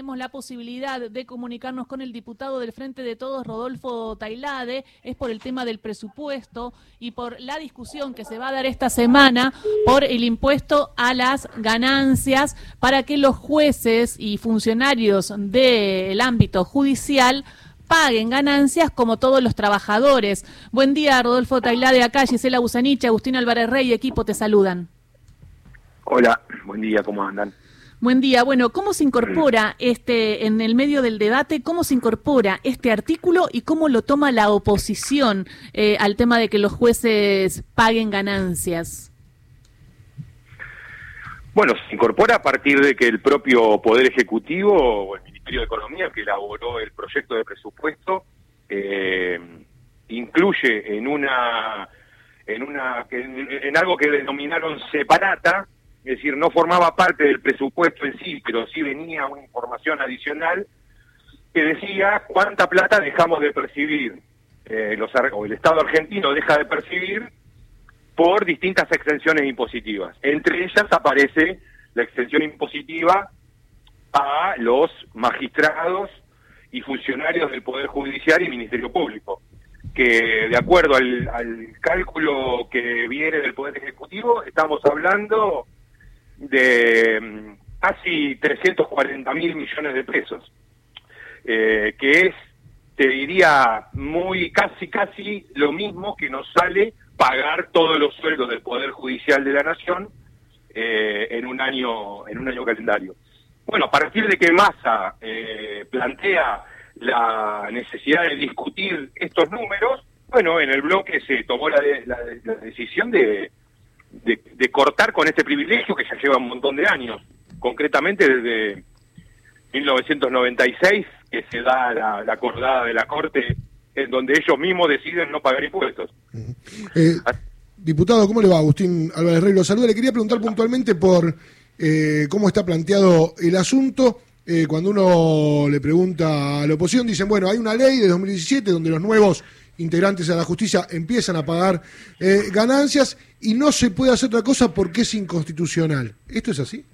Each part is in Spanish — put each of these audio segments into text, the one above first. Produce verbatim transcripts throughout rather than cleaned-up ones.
tenemos la posibilidad de comunicarnos con el diputado del Frente de Todos, Rodolfo Tailade. Es por el tema del presupuesto y por la discusión que se va a dar esta semana por el impuesto a las ganancias para que los jueces y funcionarios del ámbito judicial paguen ganancias como todos los trabajadores. Buen día, Rodolfo Tailade, acá Gisela Busanich, Agustín Álvarez Rey y equipo te saludan. Hola, buen día, ¿cómo andan? Buen día. Bueno, ¿cómo se incorpora este en el medio del debate, cómo se incorpora este artículo y cómo lo toma la oposición eh, al tema de que los jueces paguen ganancias? Bueno, se incorpora a partir de que el propio Poder Ejecutivo o el Ministerio de Economía, que elaboró el proyecto de presupuesto, eh, incluye en una en una en, en algo que denominaron separata. Es decir, no formaba parte del presupuesto en sí, pero sí venía una información adicional que decía cuánta plata dejamos de percibir, eh, los, o el Estado argentino deja de percibir por distintas exenciones impositivas. Entre ellas aparece la exención impositiva a los magistrados y funcionarios del Poder Judicial y Ministerio Público, que de acuerdo al, al cálculo que viene del Poder Ejecutivo, estamos hablando de casi trescientos cuarenta mil millones de pesos, eh, que es, te diría, muy casi casi lo mismo que nos sale pagar todos los sueldos del Poder Judicial de la Nación eh, en un año en un año calendario. Bueno, a partir de que Massa eh, plantea la necesidad de discutir estos números, bueno, en el bloque se tomó la, de, la, la decisión de De, de cortar con este privilegio que ya lleva un montón de años, concretamente desde mil novecientos noventa y seis, que se da la, la acordada de la Corte, en donde ellos mismos deciden no pagar impuestos. Uh-huh. eh, diputado, ¿cómo le va? Agustín Álvarez Rey lo saluda. Le quería preguntar puntualmente por eh, cómo está planteado el asunto. Eh, cuando uno le pregunta a la oposición, dicen, bueno, hay una ley de dos mil diecisiete donde los nuevos integrantes a la justicia empiezan a pagar eh, ganancias y no se puede hacer otra cosa porque es inconstitucional. ¿Esto es así?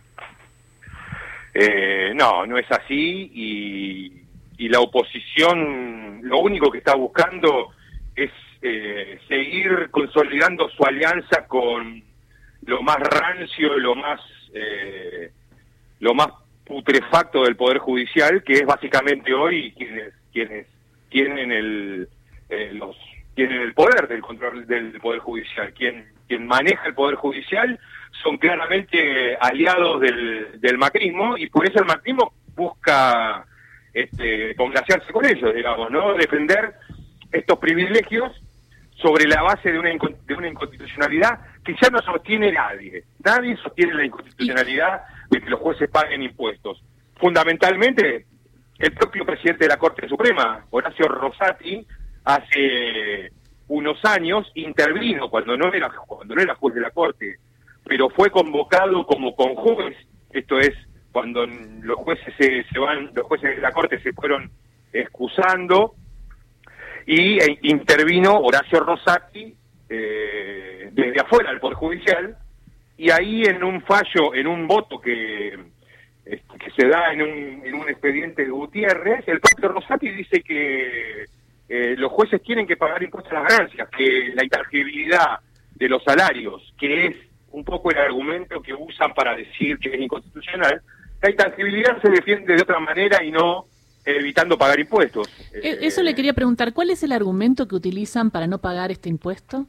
Eh, no, no es así y, y la oposición lo único que está buscando es eh, seguir consolidando su alianza con lo más rancio, lo más eh, lo más putrefacto del Poder Judicial, que es básicamente hoy quienes quienes tienen el Eh, los tienen el poder del control del Poder Judicial. Quien quien maneja el Poder Judicial son claramente aliados del, del macrismo, y por eso el macrismo busca este, congraciarse con ellos, digamos, ¿no? Defender estos privilegios sobre la base de una, de una inconstitucionalidad que ya no sostiene nadie. Nadie sostiene la inconstitucionalidad de que los jueces paguen impuestos. Fundamentalmente, el propio presidente de la Corte Suprema, Horacio Rosati, hace unos años intervino cuando no era cuando no era juez de la Corte, pero fue convocado como conjuez. Esto es cuando los jueces se, se van, los jueces de la Corte se fueron excusando, y e, intervino Horacio Rosati eh, desde afuera del Poder Judicial, y ahí en un fallo, en un voto que que se da en un, en un expediente de Gutiérrez, el propio Rosati dice que Eh, los jueces tienen que pagar impuestos a las ganancias, que la intangibilidad de los salarios, que es un poco el argumento que usan para decir que es inconstitucional, la intangibilidad se defiende de otra manera y no eh, evitando pagar impuestos. Eso eh, le quería preguntar, ¿cuál es el argumento que utilizan para no pagar este impuesto?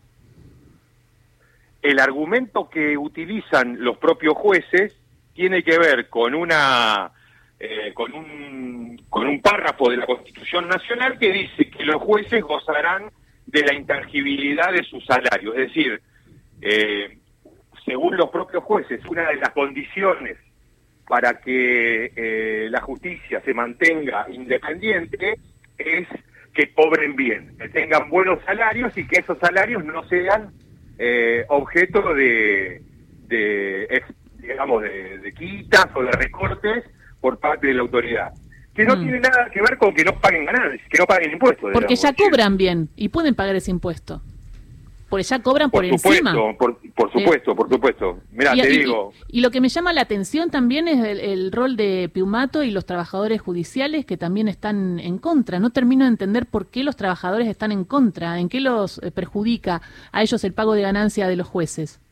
El argumento que utilizan los propios jueces tiene que ver con una... Eh, con un con un párrafo de la Constitución Nacional que dice que los jueces gozarán de la intangibilidad de su salario. Es decir, eh, según los propios jueces, una de las condiciones para que eh, la justicia se mantenga independiente es que cobren bien, que tengan buenos salarios y que esos salarios no sean eh, objeto de, de digamos, de, de quitas o de recortes por parte de la autoridad, que no mm. tiene nada que ver con que no paguen ganancias, que no paguen impuestos. Porque digamos. ya cobran bien y pueden pagar ese impuesto. Porque ya cobran por, por supuesto, encima. Por, por supuesto, eh, por supuesto. Mirá, y, te y, digo... Y, y lo que me llama la atención también es el, el rol de Piumato y los trabajadores judiciales que también están en contra. No termino de entender por qué los trabajadores están en contra, en qué los eh, perjudica a ellos el pago de ganancia de los jueces.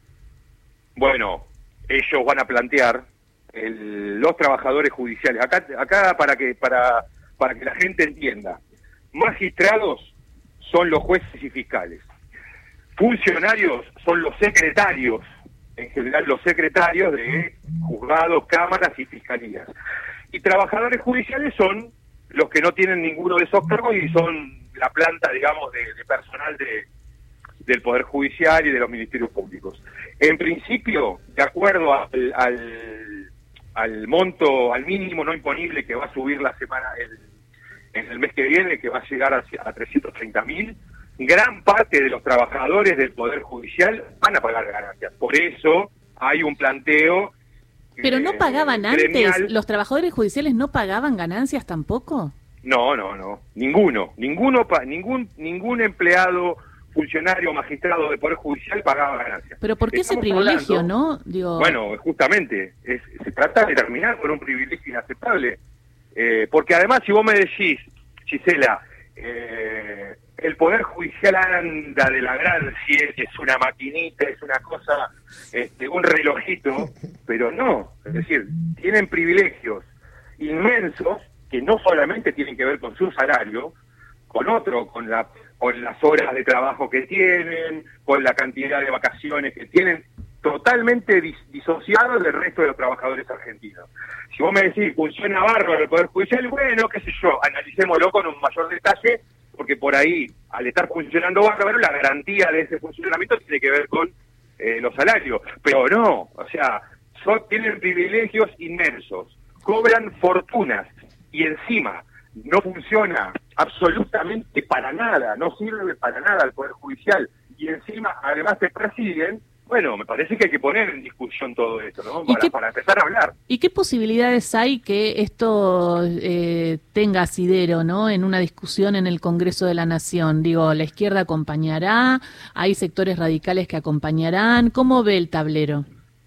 Bueno, ellos van a plantear el, los trabajadores judiciales. Acá, acá para que para para que la gente entienda, magistrados son los jueces y fiscales. Funcionarios son los secretarios, en general los secretarios de juzgados, cámaras y fiscalías. Y trabajadores judiciales son los que no tienen ninguno de esos cargos y son la planta, digamos, de, de personal de, del Poder Judicial y de los ministerios públicos. En principio, de acuerdo al, al, al monto, al mínimo no imponible que va a subir la semana, el, en el mes que viene, que va a llegar a, a trescientos treinta mil, gran parte de los trabajadores del Poder Judicial van a pagar ganancias. Por eso hay un planteo... ¿Pero no pagaban eh, antes? gremial. ¿Los trabajadores judiciales no pagaban ganancias tampoco? No, no, no. Ninguno. Ninguno pa ningún ningún empleado, funcionario, magistrado del Poder Judicial pagaba ganancias. ¿Pero por qué Estamos ese privilegio, hablando, no? Digo... Bueno, justamente, es, se trata de terminar con un privilegio inaceptable. Eh, porque además, si vos me decís, Gisela, eh, el Poder Judicial anda de la gran siete, es una maquinita, es una cosa, este, un relojito, pero no, es decir, tienen privilegios inmensos que no solamente tienen que ver con su salario, con otro, con la con las horas de trabajo que tienen, con la cantidad de vacaciones que tienen, totalmente dis disociados del resto de los trabajadores argentinos. Si vos me decís, funciona bárbaro el Poder Judicial, bueno, qué sé yo, analicémoslo con un mayor detalle, porque por ahí, al estar funcionando bárbaro, la garantía de ese funcionamiento tiene que ver con eh, los salarios. Pero no, o sea, son, tienen privilegios inmensos, cobran fortunas, y encima no funciona absolutamente para nada, no sirve para nada al Poder Judicial, y encima además te persiguen. Bueno, me parece que hay que poner en discusión todo esto, ¿no? Para, qué, para empezar a hablar. ¿Y qué posibilidades hay que esto eh, tenga asidero, ¿no? En una discusión en el Congreso de la Nación. Digo, ¿la izquierda acompañará? ¿Hay sectores radicales que acompañarán? ¿Cómo ve el tablero?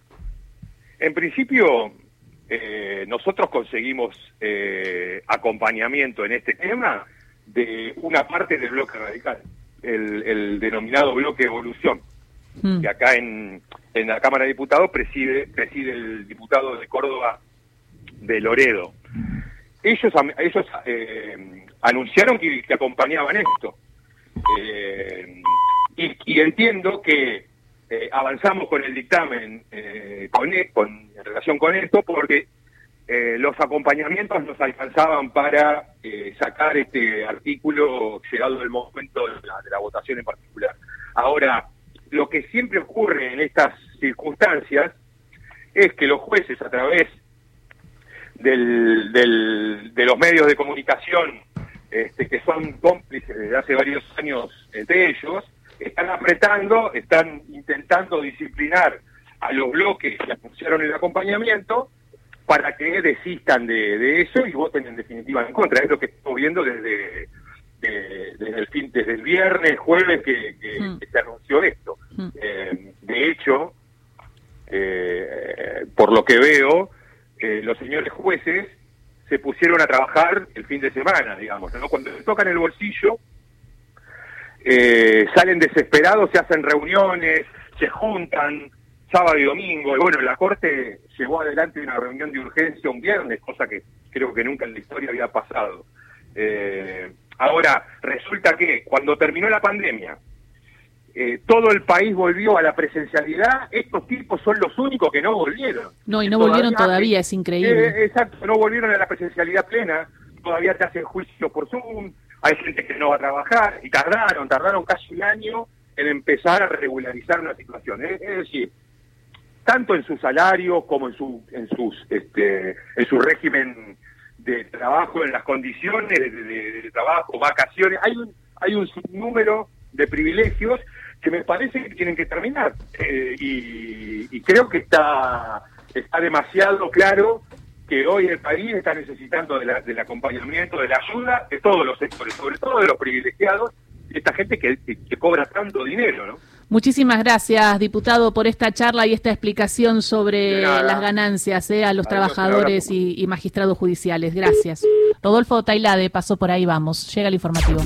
En principio, eh, nosotros conseguimos eh, acompañamiento en este tema de una parte del bloque radical, el, el denominado bloque Evolución, que acá en, en la Cámara de Diputados preside, preside el diputado de Córdoba de Loredo. Ellos, ellos eh, anunciaron que, que acompañaban esto. Eh, y, y entiendo que eh, avanzamos con el dictamen eh, con, con, en relación con esto, porque eh, los acompañamientos nos alcanzaban para eh, sacar este artículo llegado el momento de la, de la votación en particular. Ahora, lo que siempre ocurre en estas circunstancias es que los jueces, a través del, del, de los medios de comunicación, este, que son cómplices desde hace varios años entre ellos, están apretando, están intentando disciplinar a los bloques que anunciaron el acompañamiento para que desistan de, de eso y voten en definitiva en contra. Es lo que estamos viendo desde... De, desde el fin, desde el viernes, jueves que, que, mm. que se anunció esto. Mm. Eh, de hecho, eh, por lo que veo, eh, los señores jueces se pusieron a trabajar el fin de semana, digamos, ¿no? Cuando les tocan el bolsillo, eh, salen desesperados, se hacen reuniones, se juntan sábado y domingo, y bueno, la Corte llevó adelante una reunión de urgencia un viernes, cosa que creo que nunca en la historia había pasado. Eh, Ahora, resulta que cuando terminó la pandemia, eh, todo el país volvió a la presencialidad, estos tipos son los únicos que no volvieron. No, y no todavía, volvieron todavía, es increíble. Eh, exacto, no volvieron a la presencialidad plena, todavía te hacen juicio por Zoom, hay gente que no va a trabajar, y tardaron, tardaron casi un año en empezar a regularizar una situación. Es, es decir, tanto en sus salarios como en su, en sus, este, en su régimen de trabajo, en las condiciones de, de, de trabajo, vacaciones, hay un hay un número de privilegios que me parece que tienen que terminar, eh, y, y creo que está está demasiado claro que hoy el país está necesitando de la, del acompañamiento, de la ayuda de todos los sectores, sobre todo de los privilegiados, de esta gente que, que, que cobra tanto dinero, ¿no? Muchísimas gracias, diputado, por esta charla y esta explicación sobre las ganancias eh, a los Adiós, trabajadores y, y magistrados judiciales. Gracias. Rodolfo Tailade pasó por ahí, vamos. Llega el informativo.